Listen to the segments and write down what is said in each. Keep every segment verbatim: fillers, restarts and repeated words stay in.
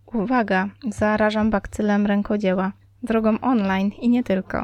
Uwaga, zarażam bakcylem rękodzieła. Drogą online i nie tylko.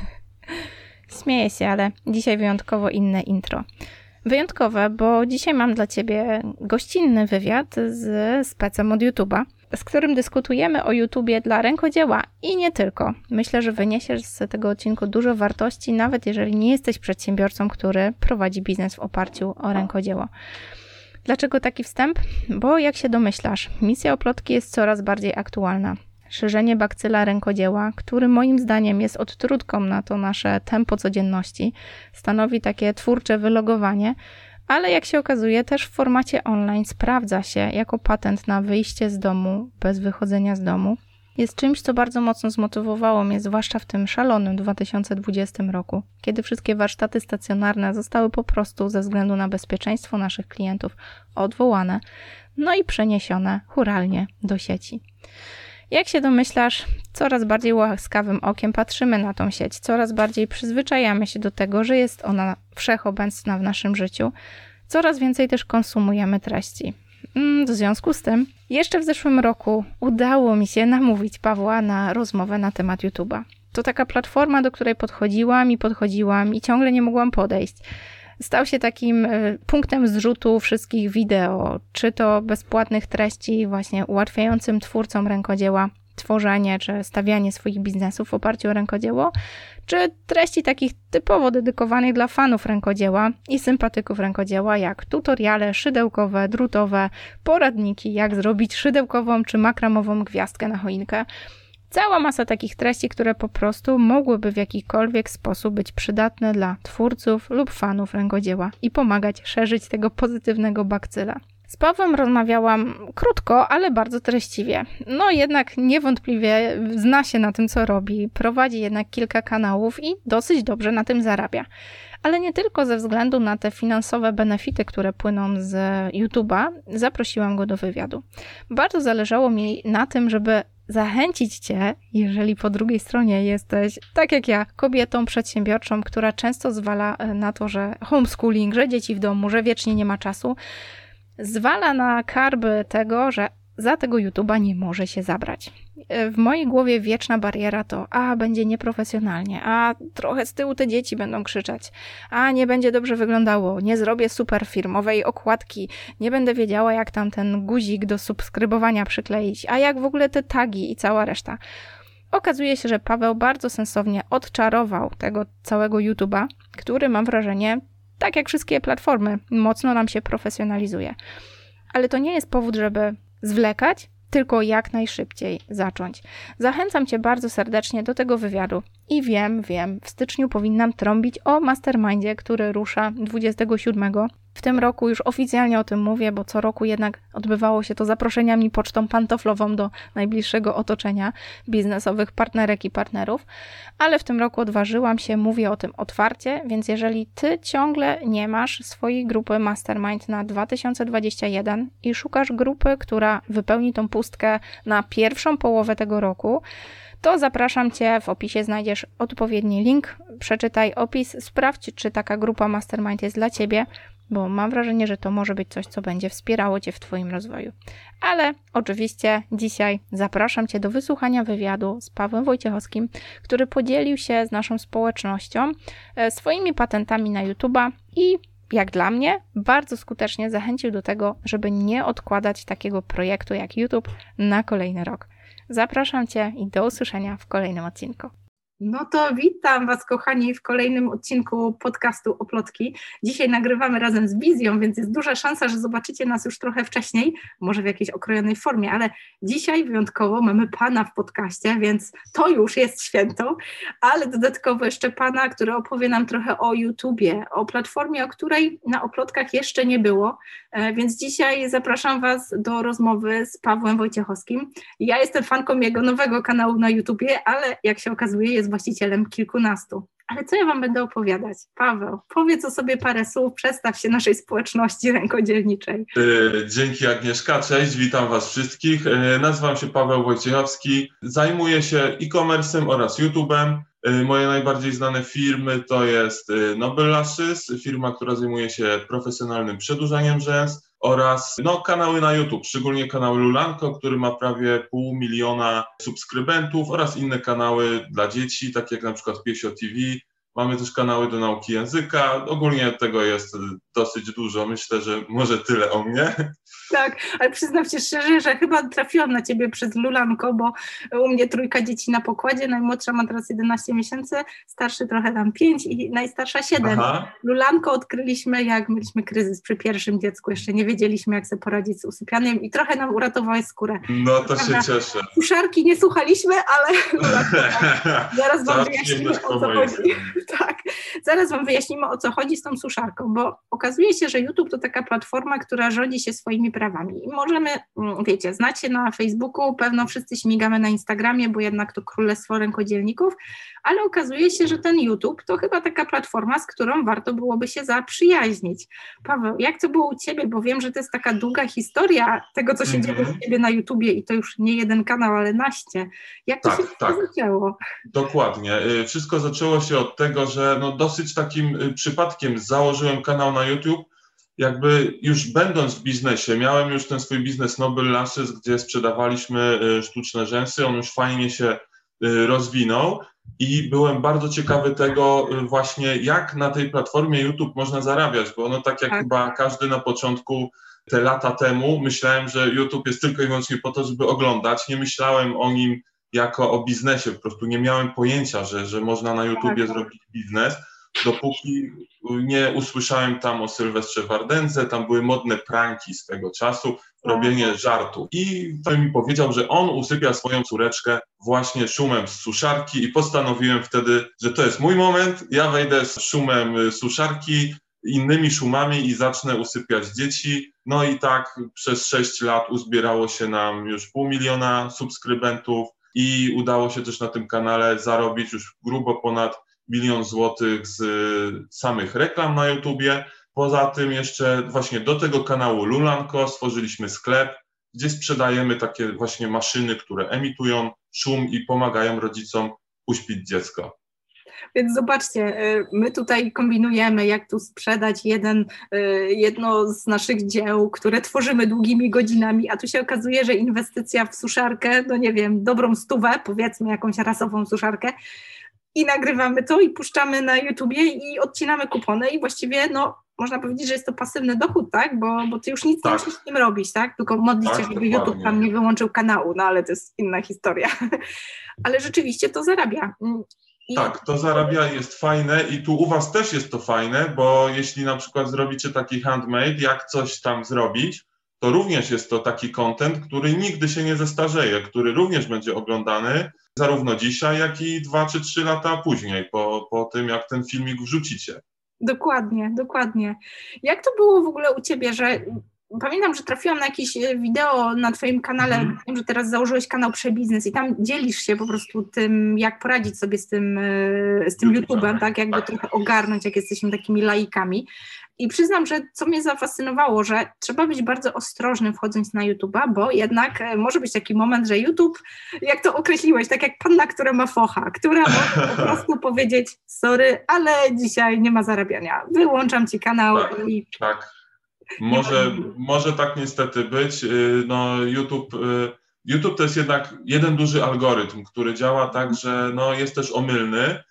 Śmieję się, ale dzisiaj wyjątkowo inne intro. Wyjątkowe, bo dzisiaj mam dla Ciebie gościnny wywiad z specem od YouTube'a, z którym dyskutujemy o YouTubie dla rękodzieła i nie tylko. Myślę, że wyniesiesz z tego odcinku dużo wartości, nawet jeżeli nie jesteś przedsiębiorcą, który prowadzi biznes w oparciu o rękodzieło. Dlaczego taki wstęp? Bo jak się domyślasz, misja Oplotki jest coraz bardziej aktualna. Szerzenie bakcyla rękodzieła, który moim zdaniem jest odtrutką na to nasze tempo codzienności, stanowi takie twórcze wylogowanie, ale jak się okazuje też w formacie online sprawdza się jako patent na wyjście z domu bez wychodzenia z domu. Jest czymś, co bardzo mocno zmotywowało mnie, zwłaszcza w tym szalonym dwa tysiące dwudziestym roku, kiedy wszystkie warsztaty stacjonarne zostały po prostu ze względu na bezpieczeństwo naszych klientów odwołane, no i przeniesione churalnie do sieci. Jak się domyślasz, coraz bardziej łaskawym okiem patrzymy na tą sieć, coraz bardziej przyzwyczajamy się do tego, że jest ona wszechobecna w naszym życiu, coraz więcej też konsumujemy treści. W związku z tym, jeszcze w zeszłym roku udało mi się namówić Pawła na rozmowę na temat YouTube'a. To taka platforma, do której podchodziłam i podchodziłam i ciągle nie mogłam podejść. Stał się takim punktem zrzutu wszystkich wideo, czy to bezpłatnych treści właśnie ułatwiającym twórcom rękodzieła tworzenie czy stawianie swoich biznesów w oparciu o rękodzieło, czy treści takich typowo dedykowanych dla fanów rękodzieła i sympatyków rękodzieła, jak tutoriale szydełkowe, drutowe, poradniki, jak zrobić szydełkową czy makramową gwiazdkę na choinkę. Cała masa takich treści, które po prostu mogłyby w jakikolwiek sposób być przydatne dla twórców lub fanów rękodzieła i pomagać szerzyć tego pozytywnego bakcyla. Z Pawłem rozmawiałam krótko, ale bardzo treściwie. No jednak niewątpliwie zna się na tym, co robi, prowadzi jednak kilka kanałów i dosyć dobrze na tym zarabia. Ale nie tylko ze względu na te finansowe benefity, które płyną z YouTube'a, zaprosiłam go do wywiadu. Bardzo zależało mi na tym, żeby zachęcić Cię, jeżeli po drugiej stronie jesteś, tak jak ja, kobietą przedsiębiorczą, która często zwala na to, że homeschooling, że dzieci w domu, że wiecznie nie ma czasu, zwala na karby tego, że za tego YouTube'a nie może się zabrać. W mojej głowie wieczna bariera to, a będzie nieprofesjonalnie, a trochę z tyłu te dzieci będą krzyczeć, a nie będzie dobrze wyglądało, nie zrobię super firmowej okładki, nie będę wiedziała, jak tam ten guzik do subskrybowania przykleić, a jak w ogóle te tagi i cała reszta. Okazuje się, że Paweł bardzo sensownie odczarował tego całego YouTube'a, który mam wrażenie, tak jak wszystkie platformy, mocno nam się profesjonalizuje. Ale to nie jest powód, żeby zwlekać, tylko jak najszybciej zacząć. Zachęcam Cię bardzo serdecznie do tego wywiadu i wiem, wiem, w styczniu powinnam trąbić o mastermindzie, który rusza dwudziestego siódmego. W tym roku już oficjalnie o tym mówię, bo co roku jednak odbywało się to zaproszeniami pocztą pantoflową do najbliższego otoczenia biznesowych partnerek i partnerów, ale w tym roku odważyłam się, mówię o tym otwarcie, więc jeżeli Ty ciągle nie masz swojej grupy Mastermind na dwa tysiące dwudziesty pierwszy i szukasz grupy, która wypełni tą pustkę na pierwszą połowę tego roku, to zapraszam Cię, w opisie znajdziesz odpowiedni link, przeczytaj opis, sprawdź, czy taka grupa Mastermind jest dla Ciebie, bo mam wrażenie, że to może być coś, co będzie wspierało Cię w Twoim rozwoju. Ale oczywiście dzisiaj zapraszam Cię do wysłuchania wywiadu z Pawłem Wojciechowskim, który podzielił się z naszą społecznością swoimi patentami na YouTube'a i jak dla mnie bardzo skutecznie zachęcił do tego, żeby nie odkładać takiego projektu jak YouTube na kolejny rok. Zapraszam Cię i do usłyszenia w kolejnym odcinku. No to witam Was, kochani, w kolejnym odcinku podcastu Oplotki. Dzisiaj nagrywamy razem z Wizją, więc jest duża szansa, że zobaczycie nas już trochę wcześniej, może w jakiejś okrojonej formie, ale dzisiaj wyjątkowo mamy Pana w podcaście, więc to już jest święto, ale dodatkowo jeszcze Pana, który opowie nam trochę o YouTubie, o platformie, o której na Oplotkach jeszcze nie było, więc dzisiaj zapraszam Was do rozmowy z Pawłem Wojciechowskim. Ja jestem fanką jego nowego kanału na YouTubie, ale jak się okazuje, jest właścicielem kilkunastu. Ale co ja Wam będę opowiadać? Paweł, powiedz o sobie parę słów, przedstaw się naszej społeczności rękodzielniczej. Dzięki Agnieszka, cześć, witam Was wszystkich. Nazywam się Paweł Wojciechowski, zajmuję się e-commerce'em oraz YouTube'em. Moje najbardziej znane firmy to jest Nobel Lashes, firma, która zajmuje się profesjonalnym przedłużaniem rzęs, oraz no, kanały na YouTube, szczególnie kanał Lulanko, który ma prawie pół miliona subskrybentów oraz inne kanały dla dzieci, takie jak na przykład Piesio T V. Mamy też kanały do nauki języka. Ogólnie tego jest dosyć dużo. Myślę, że może tyle o mnie. Tak, ale przyznam się szczerze, że chyba trafiłam na ciebie przez Lulanko, bo u mnie trójka dzieci na pokładzie, najmłodsza ma teraz jedenaście miesięcy, starszy trochę tam pięć i najstarsza siedem. Aha. Lulanko odkryliśmy, jak mieliśmy kryzys przy pierwszym dziecku, jeszcze nie wiedzieliśmy, jak sobie poradzić z usypianiem i trochę nam uratowałeś skórę. No to się cieszę. Suszarki nie słuchaliśmy, ale Lulanko, zaraz wam wyjaśnimy, o co chodzi. Tak, zaraz wam wyjaśnimy, o co chodzi z tą suszarką, bo okazuje się, że YouTube to taka platforma, która rządzi się swoimi prawami. I możemy, wiecie, znać się na Facebooku, pewno wszyscy śmigamy na Instagramie, bo jednak to królestwo rękodzielników, ale okazuje się, że ten YouTube to chyba taka platforma, z którą warto byłoby się zaprzyjaźnić. Paweł, jak to było u ciebie? Bo wiem, że to jest taka długa historia tego, co się mm-hmm. dzieje u ciebie na YouTubie i to już nie jeden kanał, ale naście. Jak to tak, się tak. zaczęło? Dokładnie. Wszystko zaczęło się od tego, że no dosyć takim przypadkiem założyłem kanał na YouTube. Jakby już będąc w biznesie, miałem już ten swój biznes Noble Lashes, gdzie sprzedawaliśmy sztuczne rzęsy, on już fajnie się rozwinął i byłem bardzo ciekawy tego właśnie, jak na tej platformie YouTube można zarabiać, bo no tak jak tak. chyba każdy na początku te lata temu, myślałem, że YouTube jest tylko i wyłącznie po to, żeby oglądać, nie myślałem o nim jako o biznesie, po prostu nie miałem pojęcia, że, że można na YouTubie tak. zrobić biznes. Dopóki nie usłyszałem tam o Sylwestrze Wardędze, tam były modne pranki z tego czasu, robienie żartu. I to mi powiedział, że on usypia swoją córeczkę właśnie szumem z suszarki i postanowiłem wtedy, że to jest mój moment, ja wejdę z szumem suszarki, innymi szumami i zacznę usypiać dzieci. No i tak przez sześć lat uzbierało się nam już pół miliona subskrybentów i udało się też na tym kanale zarobić już grubo ponad milion złotych z samych reklam na YouTubie. Poza tym jeszcze właśnie do tego kanału Lulanko stworzyliśmy sklep, gdzie sprzedajemy takie właśnie maszyny, które emitują szum i pomagają rodzicom uśpić dziecko. Więc zobaczcie, my tutaj kombinujemy, jak tu sprzedać jeden, jedno z naszych dzieł, które tworzymy długimi godzinami, a tu się okazuje, że inwestycja w suszarkę, no nie wiem, dobrą stówę, powiedzmy jakąś rasową suszarkę, i nagrywamy to i puszczamy na YouTubie i odcinamy kupony i właściwie, no, można powiedzieć, że jest to pasywny dochód, tak? Bo, bo ty już nic tak. nie musisz z tym robić, tak? Tylko modlić się, tak, żeby dokładnie. YouTube tam nie wyłączył kanału, no ale to jest inna historia. Ale rzeczywiście to zarabia. I... Tak, to zarabia, jest fajne i tu u was też jest to fajne, bo jeśli na przykład zrobicie taki handmade, jak coś tam zrobić, to również jest to taki content, który nigdy się nie zestarzeje, który również będzie oglądany zarówno dzisiaj, jak i dwa czy trzy lata później, po, po tym, jak ten filmik wrzucicie. Dokładnie, dokładnie. Jak to było w ogóle u ciebie, że pamiętam, że trafiłam na jakieś wideo na twoim kanale, mm. wiem, że teraz założyłeś kanał Przebiznes i tam dzielisz się po prostu tym, jak poradzić sobie z tym, z tym YouTube'em, tak, jakby tak. trochę ogarnąć, jak jesteśmy takimi laikami. I przyznam, że co mnie zafascynowało, że trzeba być bardzo ostrożnym wchodząc na YouTube'a, bo jednak może być taki moment, że YouTube, jak to określiłeś, tak jak panna, która ma focha, która może po prostu powiedzieć sorry, ale dzisiaj nie ma zarabiania, wyłączam ci kanał tak, i... Tak, może, może tak niestety być. No YouTube... YouTube to jest jednak jeden duży algorytm, który działa tak, że no, jest też omylny.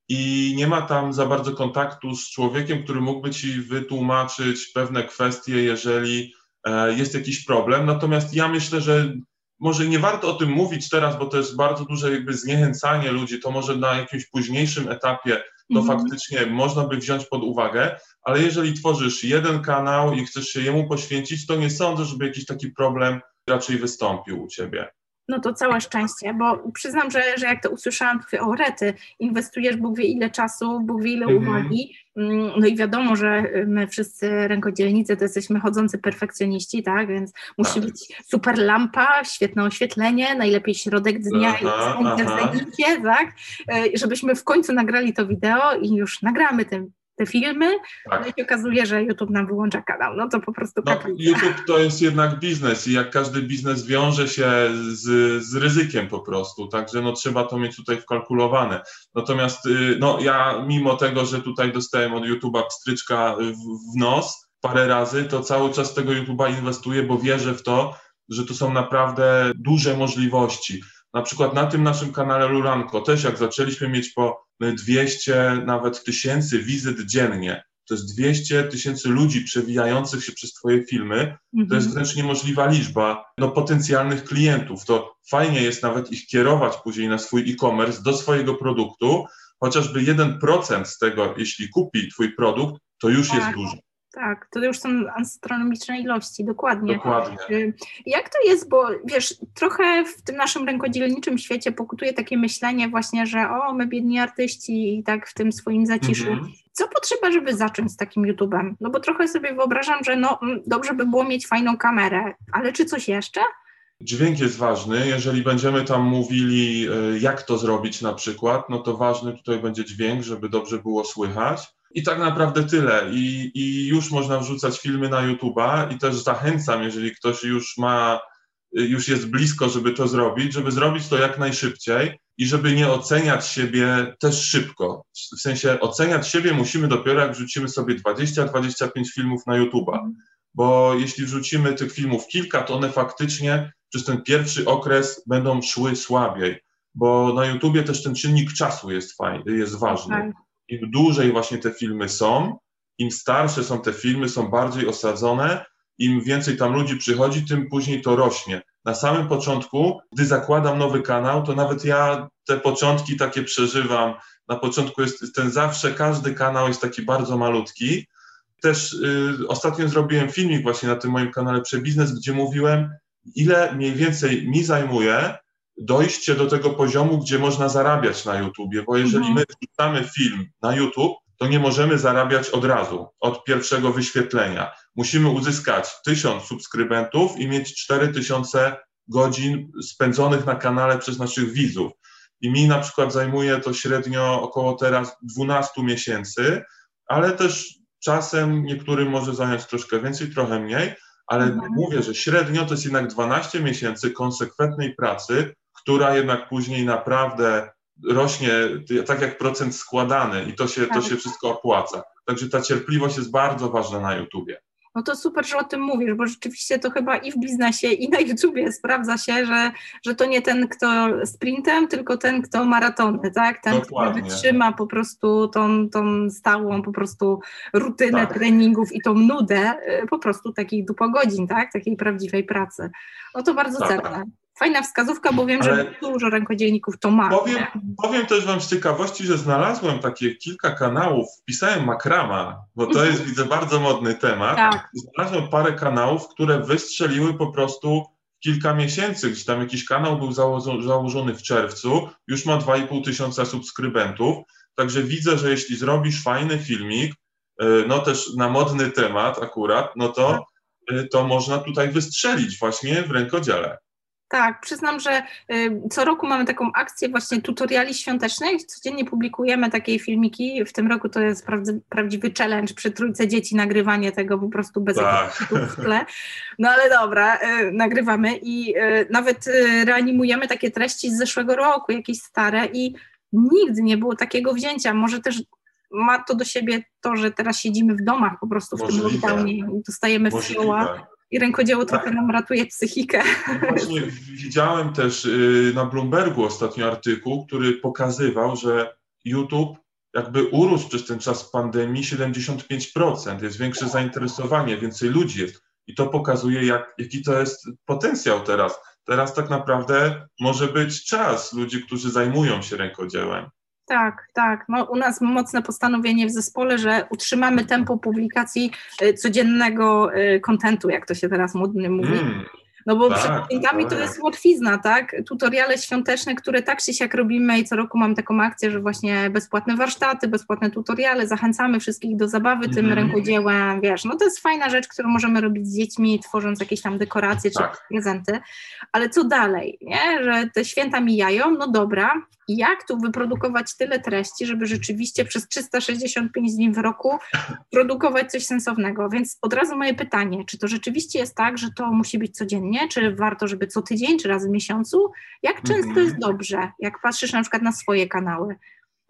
I nie ma tam za bardzo kontaktu z człowiekiem, który mógłby ci wytłumaczyć pewne kwestie, jeżeli e, jest jakiś problem. Natomiast ja myślę, że może nie warto o tym mówić teraz, bo to jest bardzo duże jakby zniechęcanie ludzi, to może na jakimś późniejszym etapie to mm-hmm. faktycznie można by wziąć pod uwagę, ale jeżeli tworzysz jeden kanał i chcesz się jemu poświęcić, to nie sądzę, żeby jakiś taki problem raczej wystąpił u ciebie. No to całe szczęście, bo przyznam, że, że jak to usłyszałam, to mówię, o rety, inwestujesz Bóg wie ile czasu, Bóg wie ile mm-hmm. uwagi, no i wiadomo, że my wszyscy rękodzielnicy to jesteśmy chodzący perfekcjoniści, tak, więc musi tak. być super lampa, świetne oświetlenie, najlepiej środek dnia aha, i słońce w zenicie, tak, żebyśmy w końcu nagrali to wideo i już nagramy ten te filmy, tak. no i się okazuje, że YouTube nam wyłącza kanał, no to po prostu no, YouTube to jest jednak biznes i jak każdy biznes wiąże się z, z ryzykiem po prostu, także no trzeba to mieć tutaj wkalkulowane. Natomiast no ja mimo tego, że tutaj dostałem od YouTube'a pstryczka w, w nos, parę razy, to cały czas tego YouTube'a inwestuję, bo wierzę w to, że to są naprawdę duże możliwości. Na przykład na tym naszym kanale Lulanko też jak zaczęliśmy mieć po dwieście nawet tysięcy wizyt dziennie, to jest dwieście tysięcy ludzi przewijających się przez twoje filmy, mhm. to jest wręcz niemożliwa liczba no, potencjalnych klientów. To fajnie jest nawet ich kierować później na swój e-commerce do swojego produktu, chociażby jeden procent z tego, jeśli kupi twój produkt, to już tak. jest dużo. Tak, to już są astronomiczne ilości, dokładnie. Dokładnie. Jak to jest, bo wiesz, trochę w tym naszym rękodzielniczym świecie pokutuje takie myślenie właśnie, że o, my biedni artyści i tak w tym swoim zaciszu. Mhm. Co potrzeba, żeby zacząć z takim YouTube'em? No bo trochę sobie wyobrażam, że no dobrze by było mieć fajną kamerę, ale czy coś jeszcze? Dźwięk jest ważny. Jeżeli będziemy tam mówili, jak to zrobić na przykład, no to ważny tutaj będzie dźwięk, żeby dobrze było słychać. I tak naprawdę tyle. I, i już można wrzucać filmy na YouTube'a i też zachęcam, jeżeli ktoś już ma, już jest blisko, żeby to zrobić, żeby zrobić to jak najszybciej i żeby nie oceniać siebie też szybko. W sensie oceniać siebie musimy dopiero, jak wrzucimy sobie dwadzieścia dwadzieścia pięć filmów na YouTube'a. Bo jeśli wrzucimy tych filmów kilka, to one faktycznie przez ten pierwszy okres będą szły słabiej. Bo na YouTubie też ten czynnik czasu jest fajny, jest ważny. Okay. Im dłużej właśnie te filmy są, im starsze są te filmy, są bardziej osadzone, im więcej tam ludzi przychodzi, tym później to rośnie. Na samym początku, gdy zakładam nowy kanał, to nawet ja te początki takie przeżywam. Na początku jest ten zawsze, każdy kanał jest taki bardzo malutki. Też y, ostatnio zrobiłem filmik właśnie na tym moim kanale Przebiznes, gdzie mówiłem, ile mniej więcej mi zajmuje dojście do tego poziomu, gdzie można zarabiać na YouTubie, bo jeżeli mhm. my wrzucamy film na YouTube, to nie możemy zarabiać od razu, od pierwszego wyświetlenia. Musimy uzyskać tysiąc subskrybentów i mieć cztery tysiące godzin spędzonych na kanale przez naszych widzów. I mi na przykład zajmuje to średnio około teraz dwanaście miesięcy, ale też czasem niektórym może zająć troszkę więcej, trochę mniej, ale mhm. mówię, że średnio to jest jednak dwanaście miesięcy konsekwentnej pracy, która jednak później naprawdę rośnie tak jak procent składany i to się, tak. to się wszystko opłaca. Także ta cierpliwość jest bardzo ważna na YouTubie. No to super, że o tym mówisz, bo rzeczywiście to chyba i w biznesie, i na YouTubie sprawdza się, że, że to nie ten, kto sprintem, tylko ten, kto maratony, tak? Ten, Dokładnie. Kto wytrzyma po prostu tą, tą stałą po prostu rutynę tak. treningów i tą nudę po prostu takich dupogodzin, tak? Takiej prawdziwej pracy. No to bardzo tak. cenne. Fajna wskazówka, bo wiem, Ale że dużo rękodzielników to ma. Powiem, powiem też wam z ciekawości, że znalazłem takie kilka kanałów, wpisałem makrama, bo to jest, widzę, bardzo modny temat. Tak. Znalazłem parę kanałów, które wystrzeliły po prostu kilka miesięcy, gdzie tam jakiś kanał był założony, założony w czerwcu, już ma dwa i pół tysiąca subskrybentów, także widzę, że jeśli zrobisz fajny filmik, no też na modny temat akurat, no to, to można tutaj wystrzelić właśnie w rękodziele. Tak, przyznam, że y, co roku mamy taką akcję właśnie tutoriali świątecznych, codziennie publikujemy takie filmiki, w tym roku to jest prawdzy, prawdziwy challenge przy trójce dzieci, nagrywanie tego po prostu bez tak. jakichś w tle, no ale dobra, y, nagrywamy i y, nawet y, reanimujemy takie treści z zeszłego roku, jakieś stare i nigdy nie było takiego wzięcia, może też ma to do siebie to, że teraz siedzimy w domach po prostu w Możliwe. tym lockdownie i dostajemy w fioła. I rękodzieło trochę tak. nam ratuje psychikę. Właśnie widziałem też na Bloombergu ostatnio artykuł, który pokazywał, że YouTube jakby urósł przez ten czas pandemii siedemdziesiąt pięć procent. Jest większe zainteresowanie, więcej ludzi jest. I to pokazuje, jak, jaki to jest potencjał teraz. Teraz tak naprawdę może być czas ludzi, którzy zajmują się rękodziełem. Tak, tak. No, u nas mocne postanowienie w zespole, że utrzymamy tempo publikacji y, codziennego kontentu, y, jak to się teraz modnie mówi. Mm, no bo tak, przed świętami to jest łatwizna, tak? Tutoriale świąteczne, które tak czy siak robimy i co roku mam taką akcję, że właśnie bezpłatne warsztaty, bezpłatne tutoriale, zachęcamy wszystkich do zabawy mm. tym rękodziełem, wiesz, no to jest fajna rzecz, którą możemy robić z dziećmi, tworząc jakieś tam dekoracje tak. czy prezenty, ale co dalej, nie? Że te święta mijają, no dobra, jak tu wyprodukować tyle treści, żeby rzeczywiście przez trzysta sześćdziesiąt pięć dni w roku produkować coś sensownego, więc od razu moje pytanie, czy to rzeczywiście jest tak, że to musi być codziennie, czy warto, żeby co tydzień, czy raz w miesiącu? Jak często mm-hmm. jest dobrze, jak patrzysz na przykład na swoje kanały?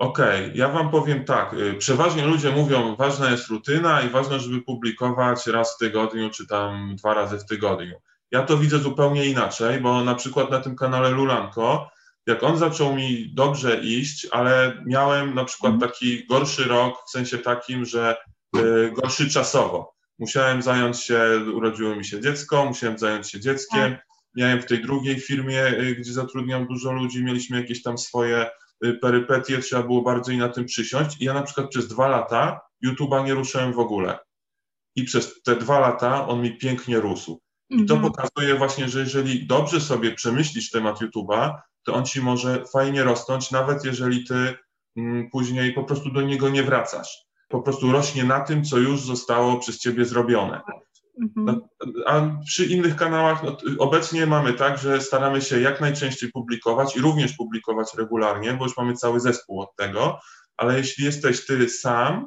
Okej, okay, ja wam powiem tak, przeważnie ludzie mówią, ważna jest rutyna i ważne, żeby publikować raz w tygodniu, czy tam dwa razy w tygodniu. Ja to widzę zupełnie inaczej, bo na przykład na tym kanale Lulanko, jak on zaczął mi dobrze iść, ale miałem na przykład taki gorszy rok, w sensie takim, że y, gorszy czasowo. Musiałem zająć się, urodziło mi się dziecko, musiałem zająć się dzieckiem, miałem w tej drugiej firmie, y, gdzie zatrudniam dużo ludzi, mieliśmy jakieś tam swoje perypetie, trzeba było bardziej na tym przysiąść i ja na przykład przez dwa lata YouTube'a nie ruszyłem w ogóle. I przez te dwa lata on mi pięknie rósł. I to pokazuje właśnie, że jeżeli dobrze sobie przemyślisz temat YouTube'a, to on ci może fajnie rosnąć, nawet jeżeli ty mm, później po prostu do niego nie wracasz. Po prostu rośnie na tym, co już zostało przez ciebie zrobione. Mhm. A przy innych kanałach no, obecnie mamy tak, że staramy się jak najczęściej publikować i również publikować regularnie, bo już mamy cały zespół od tego, ale jeśli jesteś ty sam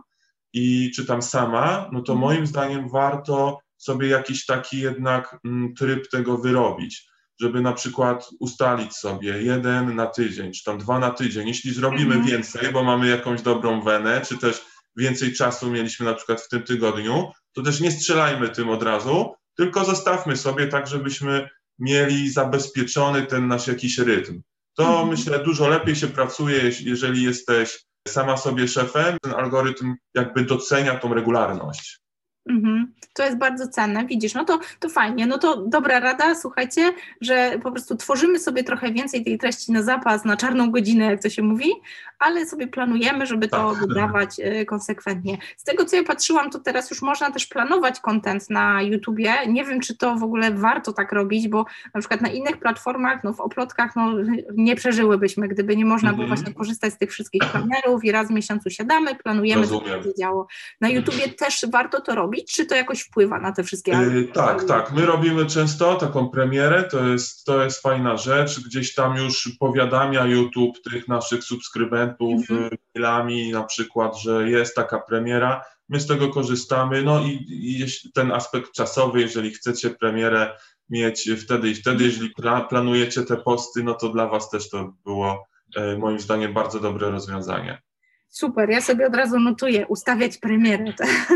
i czy tam sama, no to mhm. moim zdaniem warto sobie jakiś taki jednak m, tryb tego wyrobić, żeby na przykład ustalić sobie jeden na tydzień, czy tam dwa na tydzień. Jeśli zrobimy mhm. więcej, bo mamy jakąś dobrą wenę, czy też więcej czasu mieliśmy na przykład w tym tygodniu, to też nie strzelajmy tym od razu, tylko zostawmy sobie tak, żebyśmy mieli zabezpieczony ten nasz jakiś rytm. To mhm. myślę dużo lepiej się pracuje, jeżeli jesteś sama sobie szefem, ten algorytm jakby docenia tą regularność. Mhm. To jest bardzo cenne, widzisz, no to, to fajnie, no to dobra rada, słuchajcie, że po prostu tworzymy sobie trochę więcej tej treści na zapas, na czarną godzinę, jak to się mówi, ale sobie planujemy, żeby to tak. wydawać y, konsekwentnie. Z tego, co ja patrzyłam, to teraz już można też planować content na YouTubie, nie wiem, czy to w ogóle warto tak robić, bo na przykład na innych platformach, no w oplotkach, no nie przeżyłybyśmy, gdyby nie można było mm-hmm. właśnie korzystać z tych wszystkich planerów i raz w miesiącu siadamy, planujemy, co będzie działo. Na YouTubie też warto to robić, czy to jakoś wpływa na te wszystkie... Yy, tak, tak. My robimy często taką premierę, to jest, to jest fajna rzecz. Gdzieś tam już powiadamia YouTube tych naszych subskrybentów mm-hmm. mailami na przykład, że jest taka premiera. My z tego korzystamy. No i, i ten aspekt czasowy, jeżeli chcecie premierę mieć wtedy i wtedy, jeżeli pla, planujecie te posty, no to dla was też to było e, moim zdaniem bardzo dobre rozwiązanie. Super, ja sobie od razu notuję, ustawiać premierę.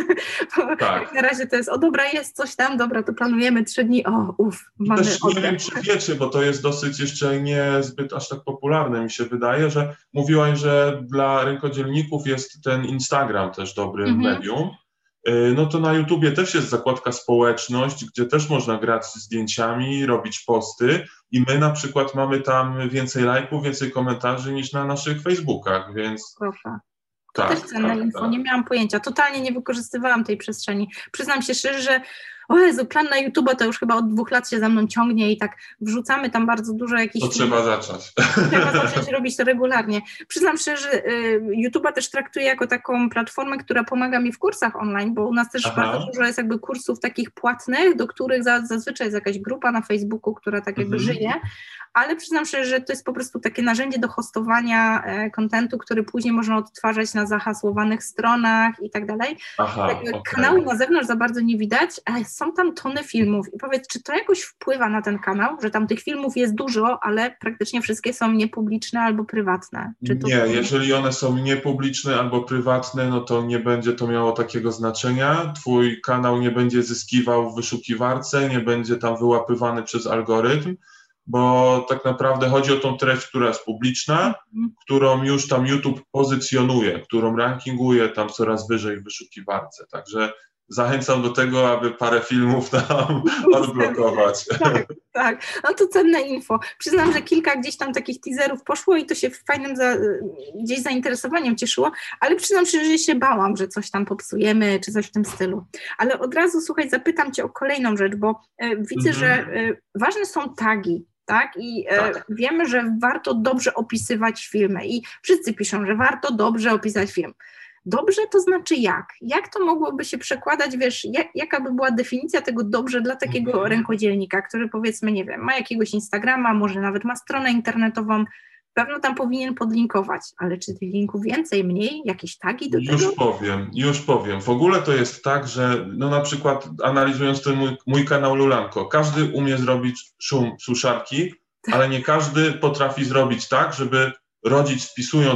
Tak. Na razie to jest, o dobra, jest coś tam, dobra, to planujemy trzy dni, o uff, mamy też nie wiem, czy wiecie, bo to jest dosyć jeszcze niezbyt aż tak popularne, mi się wydaje, że mówiłaś, że dla rękodzielników jest ten Instagram też dobrym mhm. medium. No to na YouTubie też jest zakładka społeczność, gdzie też można grać z zdjęciami, robić posty i my na przykład mamy tam więcej lajków, więcej komentarzy niż na naszych Facebookach, więc... Proszę. To tak, też cenne tak, info, tak. Nie miałam pojęcia, totalnie nie wykorzystywałam tej przestrzeni. Przyznam się szczerze, że o Jezu, plan na YouTube'a to już chyba od dwóch lat się za mną ciągnie i tak wrzucamy tam bardzo dużo jakichś... To trzeba zacząć. Trzeba zacząć robić to regularnie. Przyznam szczerze, że YouTube'a też traktuję jako taką platformę, która pomaga mi w kursach online, bo u nas też Aha. bardzo dużo jest jakby kursów takich płatnych, do których zazwyczaj jest jakaś grupa na Facebooku, która tak jakby mhm. żyje, ale przyznam szczerze, że to jest po prostu takie narzędzie do hostowania kontentu, który później można odtwarzać na zahasłowanych stronach i tak dalej. Aha, tak, okay. Kanału na zewnątrz za bardzo nie widać, ale są tam tony filmów i powiedz, czy to jakoś wpływa na ten kanał, że tam tych filmów jest dużo, ale praktycznie wszystkie są niepubliczne albo prywatne? Czy to nie, jeżeli one są niepubliczne albo prywatne, no to nie będzie to miało takiego znaczenia. Twój kanał nie będzie zyskiwał w wyszukiwarce, nie będzie tam wyłapywany przez algorytm, bo tak naprawdę chodzi o tą treść, która jest publiczna, mhm. którą już tam YouTube pozycjonuje, którą rankinguje tam coraz wyżej w wyszukiwarce. Także zachęcam do tego, aby parę filmów tam odblokować. Tak, tak. No to cenne info. Przyznam, że kilka gdzieś tam takich teaserów poszło i to się fajnym za, gdzieś zainteresowaniem cieszyło, ale przyznam się, że się bałam, że coś tam popsujemy, czy coś w tym stylu. Ale od razu, słuchaj, zapytam Cię o kolejną rzecz, bo e, widzę, mhm. że e, ważne są tagi. Tak? I tak. E, wiemy, że warto dobrze opisywać filmy i wszyscy piszą, że warto dobrze opisać film. Dobrze to znaczy jak? Jak to mogłoby się przekładać, wiesz, jak, jaka by była definicja tego dobrze dla takiego mm. rękodzielnika, który powiedzmy, nie wiem, ma jakiegoś Instagrama, może nawet ma stronę internetową, pewno tam powinien podlinkować, ale czy tych linków więcej, mniej, jakieś tagi do już tego? Już powiem, już powiem. W ogóle to jest tak, że no na przykład analizując ten mój, mój kanał Lulanko, każdy umie zrobić szum suszarki, ale nie każdy potrafi zrobić tak, żeby rodzic wpisując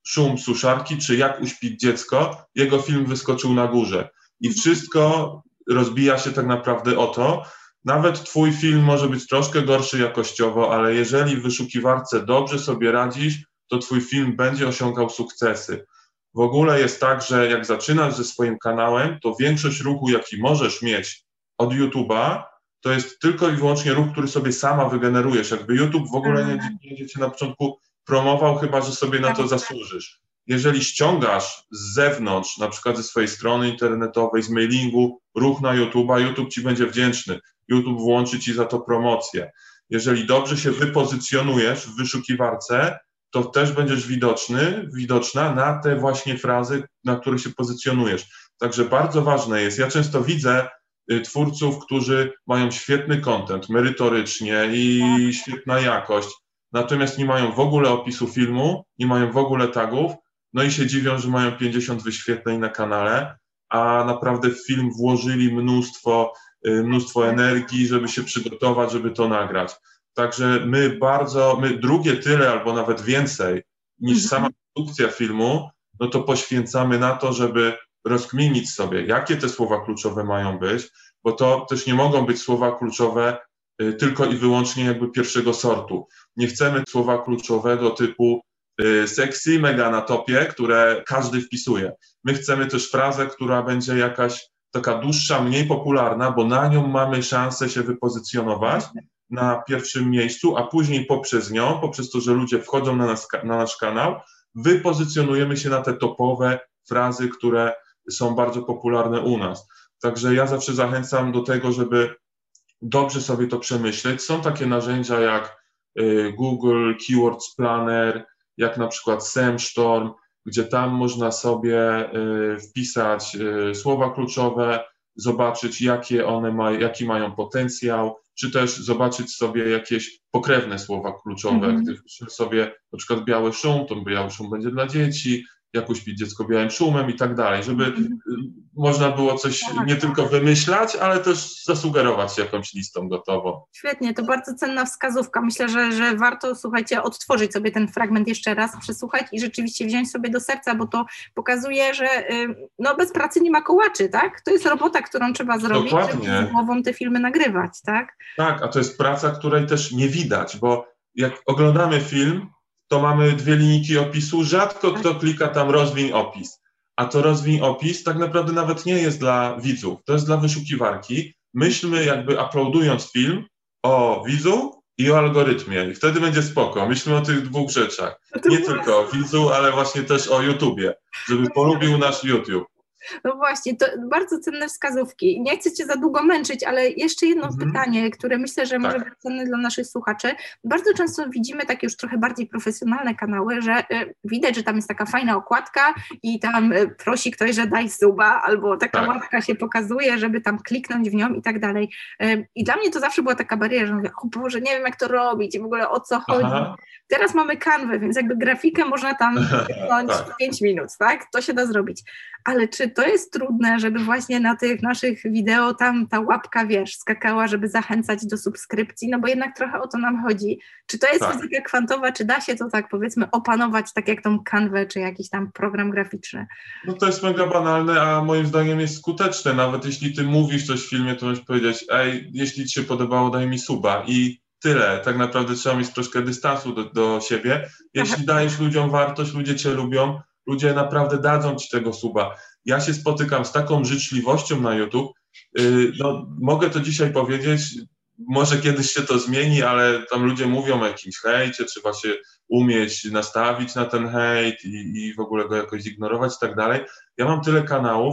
szum suszarki, czy jak uśpić dziecko, jego film wyskoczył na górze. I wszystko rozbija się tak naprawdę o to. Nawet twój film może być troszkę gorszy jakościowo, ale jeżeli w wyszukiwarce dobrze sobie radzisz, to twój film będzie osiągał sukcesy. W ogóle jest tak, że jak zaczynasz ze swoim kanałem, to większość ruchu, jaki możesz mieć od YouTube'a, to jest tylko i wyłącznie ruch, który sobie sama wygenerujesz. Jakby YouTube w ogóle nie, nie będzie cię na początku promował, chyba że sobie na to zasłużysz. Jeżeli ściągasz z zewnątrz, na przykład ze swojej strony internetowej, z mailingu, ruch na YouTube'a, YouTube ci będzie wdzięczny. YouTube włączy ci za to promocję. Jeżeli dobrze się wypozycjonujesz w wyszukiwarce, to też będziesz widoczny, widoczna na te właśnie frazy, na które się pozycjonujesz. Także bardzo ważne jest, ja często widzę y, twórców, którzy mają świetny content, merytorycznie i świetna jakość, natomiast nie mają w ogóle opisu filmu, nie mają w ogóle tagów, no i się dziwią, że mają pięćdziesiąt wyświetleń na kanale, a naprawdę w film włożyli mnóstwo, y, mnóstwo energii, żeby się przygotować, żeby to nagrać. Także my bardzo, my drugie tyle albo nawet więcej niż sama produkcja filmu, no to poświęcamy na to, żeby rozkminić sobie, jakie te słowa kluczowe mają być, bo to też nie mogą być słowa kluczowe y, tylko i wyłącznie jakby pierwszego sortu. Nie chcemy słowa kluczowego typu y, sexy, mega na topie, które każdy wpisuje. My chcemy też frazę, która będzie jakaś taka dłuższa, mniej popularna, bo na nią mamy szansę się wypozycjonować na pierwszym miejscu, a później poprzez nią, poprzez to, że ludzie wchodzą na, nas, na nasz kanał, wypozycjonujemy się na te topowe frazy, które są bardzo popularne u nas. Także ja zawsze zachęcam do tego, żeby dobrze sobie to przemyśleć. Są takie narzędzia jak y, Google Keywords Planner, jak na przykład SEMstorm, gdzie tam można sobie y, wpisać y, słowa kluczowe, zobaczyć, jakie one mają, jaki mają potencjał, czy też zobaczyć sobie jakieś pokrewne słowa kluczowe. Mm-hmm. Gdy wpiszesz sobie na przykład biały szum, to biały szum będzie dla dzieci, jak uśpić dziecko białym szumem i tak dalej, żeby mm-hmm. można było coś tak, nie tylko wymyślać, ale też zasugerować jakąś listą gotową. Świetnie, to bardzo cenna wskazówka. Myślę, że, że warto, słuchajcie, odtworzyć sobie ten fragment jeszcze raz, przesłuchać i rzeczywiście wziąć sobie do serca, bo to pokazuje, że no, bez pracy nie ma kołaczy, tak? To jest robota, którą trzeba zrobić, Dokładnie. żeby z głową te filmy nagrywać, tak? Tak, a to jest praca, której też nie widać, bo jak oglądamy film, to mamy dwie linijki opisu, rzadko kto klika tam rozwiń opis, a to rozwiń opis tak naprawdę nawet nie jest dla widzów, to jest dla wyszukiwarki. Myślmy jakby uploadując film o widzu i o algorytmie i wtedy będzie spoko. Myślmy o tych dwóch rzeczach, nie tylko o widzu, ale właśnie też o YouTubie, żeby polubił nasz YouTube. No właśnie, to bardzo cenne wskazówki. Nie chcę Cię za długo męczyć, ale jeszcze jedno mhm. pytanie, które myślę, że może tak. być cenne dla naszych słuchaczy. Bardzo często widzimy takie już trochę bardziej profesjonalne kanały, że y, widać, że tam jest taka fajna okładka i tam y, prosi ktoś, że daj suba, albo taka tak. łapka się pokazuje, żeby tam kliknąć w nią i tak dalej. Y, I dla mnie to zawsze była taka bariera, że mówię, o Boże, nie wiem jak to robić i w ogóle o co chodzi. Aha. Teraz mamy kanwę, więc jakby grafikę można tam kliknąć tak. pięć minut, tak? To się da zrobić. Ale czy to jest trudne, żeby właśnie na tych naszych wideo tam ta łapka, wiesz, skakała, żeby zachęcać do subskrypcji, no bo jednak trochę o to nam chodzi. Czy to jest tak. fizyka kwantowa, czy da się to tak powiedzmy opanować tak jak tą kanwę, czy jakiś tam program graficzny? No to jest mega banalne, a moim zdaniem jest skuteczne. Nawet jeśli ty mówisz coś w filmie, to możesz powiedzieć, ej, jeśli ci się podobało, daj mi suba i tyle. Tak naprawdę trzeba mieć troszkę dystansu do, do siebie. Jeśli Aha. dajesz ludziom wartość, ludzie cię lubią, ludzie naprawdę dadzą ci tego suba. Ja się spotykam z taką życzliwością na YouTube, yy, no mogę to dzisiaj powiedzieć, może kiedyś się to zmieni, ale tam ludzie mówią o jakimś hejcie, trzeba się umieć nastawić na ten hejt i, i w ogóle go jakoś ignorować i tak dalej. Ja mam tyle kanałów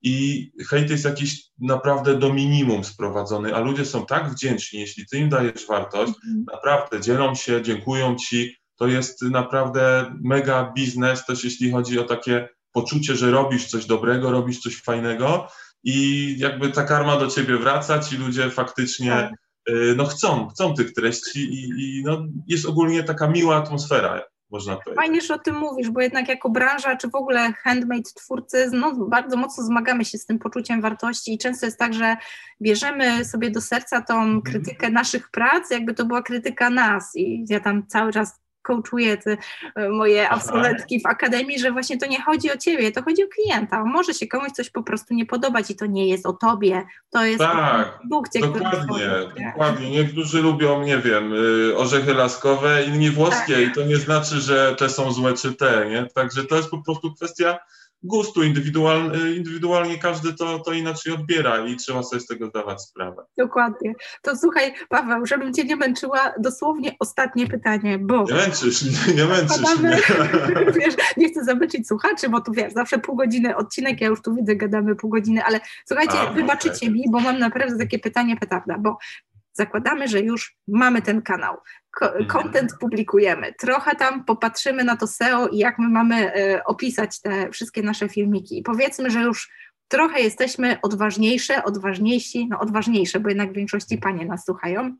i hejt jest jakiś naprawdę do minimum sprowadzony, a ludzie są tak wdzięczni, jeśli ty im dajesz wartość, mm. naprawdę dzielą się, dziękują ci. To jest naprawdę mega biznes też, jeśli chodzi o takie poczucie, że robisz coś dobrego, robisz coś fajnego i jakby ta karma do ciebie wraca, ci ludzie faktycznie no chcą, chcą tych treści i, i no jest ogólnie taka miła atmosfera, można powiedzieć. Fajnie, że o tym mówisz, bo jednak jako branża, czy w ogóle handmade twórcy, no bardzo mocno zmagamy się z tym poczuciem wartości i często jest tak, że bierzemy sobie do serca tą krytykę naszych prac, jakby to była krytyka nas i ja tam cały czas coachuję te moje absolwentki w akademii, że właśnie to nie chodzi o ciebie, to chodzi o klienta. Może się komuś coś po prostu nie podobać i to nie jest o tobie, to jest tak, o produkcie, dokładnie, dokładnie. Niektórzy lubią, nie wiem, orzechy laskowe, inni włoskie tak. I to nie znaczy, że te są złe czy te, nie? Także to jest po prostu kwestia gustu, indywidualnie, indywidualnie każdy to, to inaczej odbiera i trzeba sobie z tego zdawać sprawę. Dokładnie. To słuchaj, Paweł, żebym cię nie męczyła, dosłownie ostatnie pytanie, bo... Nie męczysz, nie, nie męczysz mnie. Wiesz, nie chcę zamęczyć słuchaczy, bo tu wiesz, zawsze pół godziny odcinek, ja już tu widzę, gadamy pół godziny, ale słuchajcie, A, wybaczycie okay. mi, bo mam naprawdę takie pytanie petarda, bo zakładamy, że już mamy ten kanał. Content publikujemy, trochę tam popatrzymy na to S E O i jak my mamy y, opisać te wszystkie nasze filmiki. I powiedzmy, że już trochę jesteśmy odważniejsze, odważniejsi, no odważniejsze, bo jednak w większości panie nas słuchają.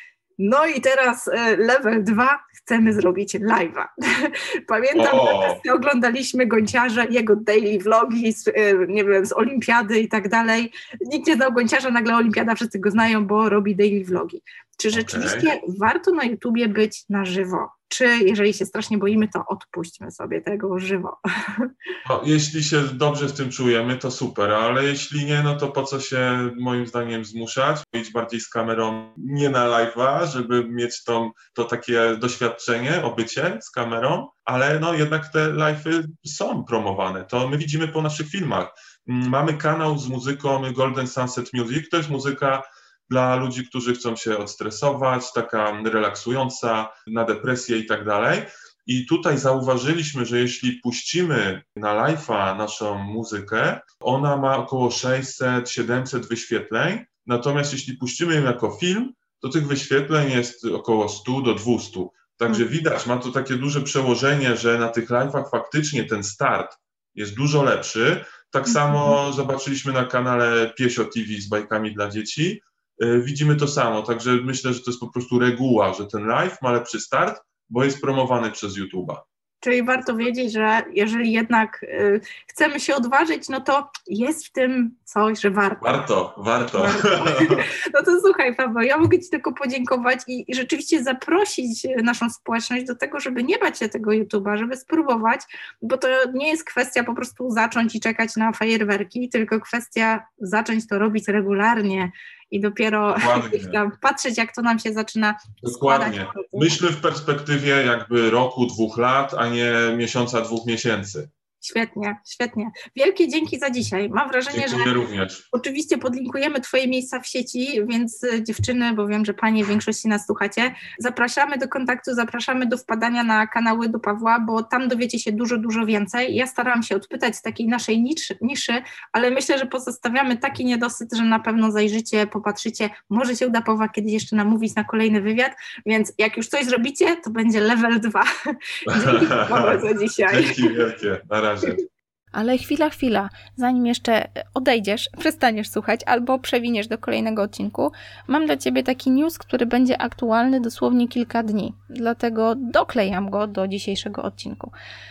No i teraz y, level dwa, chcemy zrobić live'a. Pamiętam, że oglądaliśmy Gonciarza, jego daily vlogi, z, y, nie wiem, z olimpiady i tak dalej. Nikt nie znał Gonciarza, nagle olimpiada, wszyscy go znają, bo robi daily vlogi. Czy rzeczywiście okay. warto na YouTubie być na żywo? Czy jeżeli się strasznie boimy, to odpuśćmy sobie tego żywo? No, jeśli się dobrze w tym czujemy, to super, ale jeśli nie, no to po co się moim zdaniem zmuszać? Iść bardziej z kamerą nie na live'a, żeby mieć tą, to takie doświadczenie, obycie z kamerą, ale no jednak te live'y są promowane. To my widzimy po naszych filmach. Mamy kanał z muzyką Golden Sunset Music, to jest muzyka dla ludzi, którzy chcą się odstresować, taka relaksująca, na depresję i tak dalej. I tutaj zauważyliśmy, że jeśli puścimy na live'a naszą muzykę, ona ma około sześćset siedemset wyświetleń, natomiast jeśli puścimy ją jako film, to tych wyświetleń jest około sto do dwustu. Także widać, ma to takie duże przełożenie, że na tych live'ach faktycznie ten start jest dużo lepszy. Tak samo zobaczyliśmy na kanale Piesio T V z bajkami dla dzieci. Widzimy to samo, także myślę, że to jest po prostu reguła, że ten live ma lepszy start, bo jest promowany przez YouTube'a. Czyli warto wiedzieć, że jeżeli jednak y, chcemy się odważyć, no to jest w tym coś, że warto. Warto, warto. warto. No to słuchaj, Paweł, ja mogę Ci tylko podziękować i, i rzeczywiście zaprosić naszą społeczność do tego, żeby nie bać się tego YouTube'a, żeby spróbować, bo to nie jest kwestia po prostu zacząć i czekać na fajerwerki, tylko kwestia zacząć to robić regularnie i dopiero tam patrzeć, jak to nam się zaczyna Dokładnie. składać. Myślmy w perspektywie jakby roku, dwóch lat, a nie miesiąca, dwóch miesięcy. Świetnie, świetnie. Wielkie dzięki za dzisiaj. Mam wrażenie, Dziękuję że również. Oczywiście podlinkujemy Twoje miejsca w sieci, więc dziewczyny, bo wiem, że Panie w większości nas słuchacie, zapraszamy do kontaktu, zapraszamy do wpadania na kanały do Pawła, bo tam dowiecie się dużo, dużo więcej. Ja starałam się odpytać z takiej naszej niszy, niszy, ale myślę, że pozostawiamy taki niedosyt, że na pewno zajrzycie, popatrzycie, może się uda Pawła kiedyś jeszcze namówić na kolejny wywiad, więc jak już coś zrobicie, to będzie level dwa. Dzięki Paweł za dzisiaj. Dzięki wielkie, na razie. Ale chwila, chwila, zanim jeszcze odejdziesz, przestaniesz słuchać albo przewiniesz do kolejnego odcinku, mam dla Ciebie taki news, który będzie aktualny dosłownie kilka dni, dlatego doklejam go do dzisiejszego odcinku.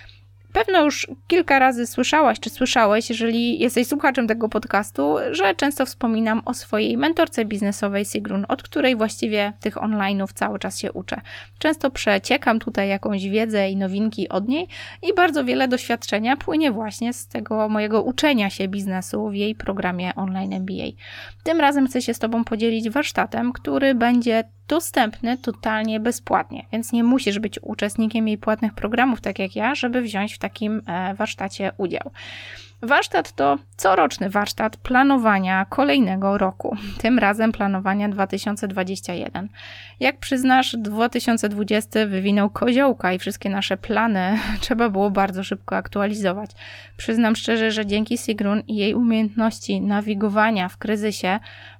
Pewno już kilka razy słyszałaś, czy słyszałeś, jeżeli jesteś słuchaczem tego podcastu, że często wspominam o swojej mentorce biznesowej Sigrun, od której właściwie tych online'ów cały czas się uczę. Często przeciekam tutaj jakąś wiedzę i nowinki od niej i bardzo wiele doświadczenia płynie właśnie z tego mojego uczenia się biznesu w jej programie Online M B A. Tym razem chcę się z Tobą podzielić warsztatem, który będzie dostępny totalnie bezpłatnie, więc nie musisz być uczestnikiem jej płatnych programów, tak jak ja, żeby wziąć w takim warsztacie udział. Warsztat to coroczny warsztat planowania kolejnego roku, tym razem planowania dwa tysiące dwudziestego pierwszego. Jak przyznasz, dwa tysiące dwudziesty wywinął koziołka i wszystkie nasze plany trzeba było bardzo szybko aktualizować. Przyznam szczerze, że dzięki Sigrun i jej umiejętności nawigowania w kryzysie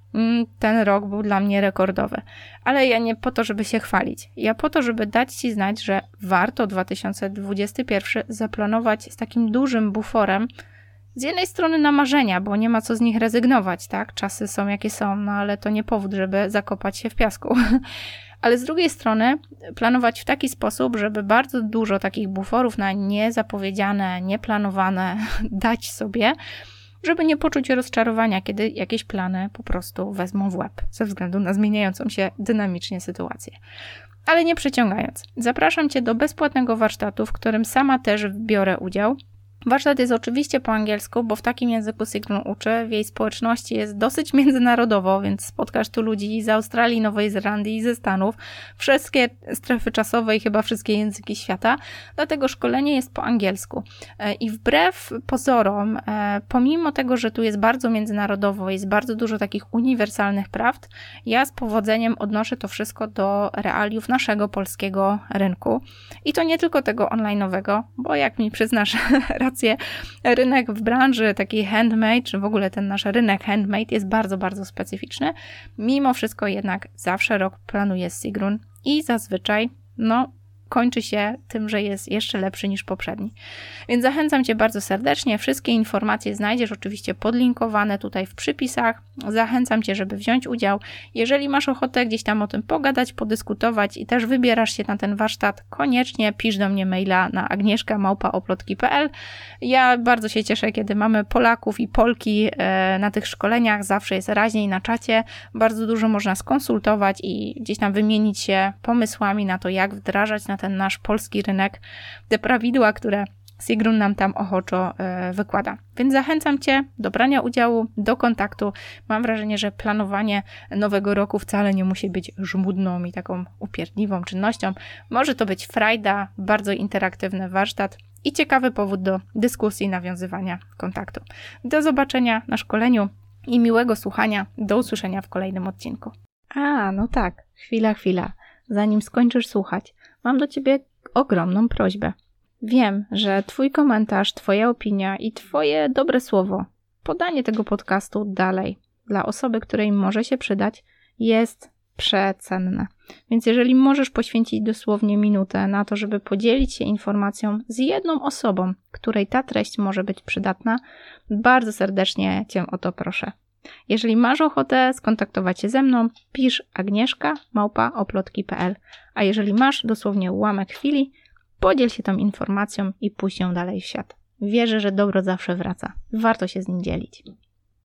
ten rok był dla mnie rekordowy. Ale ja nie po to, żeby się chwalić. Ja po to, żeby dać Ci znać, że warto dwa tysiące dwudziesty pierwszy zaplanować z takim dużym buforem. Z jednej strony na marzenia, bo nie ma co z nich rezygnować, tak? Czasy są jakie są, no ale to nie powód, żeby zakopać się w piasku. Ale z drugiej strony planować w taki sposób, żeby bardzo dużo takich buforów na niezapowiedziane, nieplanowane dać sobie, żeby nie poczuć rozczarowania, kiedy jakieś plany po prostu wezmą w łeb, ze względu na zmieniającą się dynamicznie sytuację. Ale nie przeciągając, zapraszam Cię do bezpłatnego warsztatu, w którym sama też biorę udział. Warsztat jest oczywiście po angielsku, bo w takim języku Sigrun uczy. W jej społeczności jest dosyć międzynarodowo, więc spotkasz tu ludzi z Australii, Nowej Zelandii i ze Stanów. Wszystkie strefy czasowe i chyba wszystkie języki świata. Dlatego szkolenie jest po angielsku. I wbrew pozorom, pomimo tego, że tu jest bardzo międzynarodowo, jest bardzo dużo takich uniwersalnych prawd, ja z powodzeniem odnoszę to wszystko do realiów naszego polskiego rynku. I to nie tylko tego online'owego, bo jak mi przyznasz rację, rynek w branży takiej handmade, czy w ogóle ten nasz rynek handmade jest bardzo, bardzo specyficzny. Mimo wszystko jednak zawsze rok planuje Sigrun i zazwyczaj, no, kończy się tym, że jest jeszcze lepszy niż poprzedni. Więc zachęcam Cię bardzo serdecznie. Wszystkie informacje znajdziesz oczywiście podlinkowane tutaj w przypisach. Zachęcam Cię, żeby wziąć udział. Jeżeli masz ochotę gdzieś tam o tym pogadać, podyskutować i też wybierasz się na ten warsztat, koniecznie pisz do mnie maila na agnieszka małpa oplotki kropka p l. Ja bardzo się cieszę, kiedy mamy Polaków i Polki na tych szkoleniach. Zawsze jest raźniej na czacie. Bardzo dużo można skonsultować i gdzieś tam wymienić się pomysłami na to, jak wdrażać na ten nasz polski rynek te prawidła, które Sigrun nam tam ochoczo e, wykłada. Więc zachęcam Cię do brania udziału, do kontaktu. Mam wrażenie, że planowanie nowego roku wcale nie musi być żmudną i taką upierdliwą czynnością. Może to być frajda, bardzo interaktywny warsztat i ciekawy powód do dyskusji, nawiązywania kontaktu. Do zobaczenia na szkoleniu i miłego słuchania. Do usłyszenia w kolejnym odcinku. A, no tak, chwila, chwila. Zanim skończysz słuchać, mam do Ciebie ogromną prośbę. Wiem, że Twój komentarz, Twoja opinia i Twoje dobre słowo, podanie tego podcastu dalej dla osoby, której może się przydać, jest przecenne. Więc jeżeli możesz poświęcić dosłownie minutę na to, żeby podzielić się informacją z jedną osobą, której ta treść może być przydatna, bardzo serdecznie Cię o to proszę. Jeżeli masz ochotę skontaktować się ze mną, pisz agnieszka małpa oplotki kropka p l. A jeżeli masz dosłownie ułamek chwili, podziel się tą informacją i puść ją dalej w świat. Wierzę, że dobro zawsze wraca. Warto się z nim dzielić.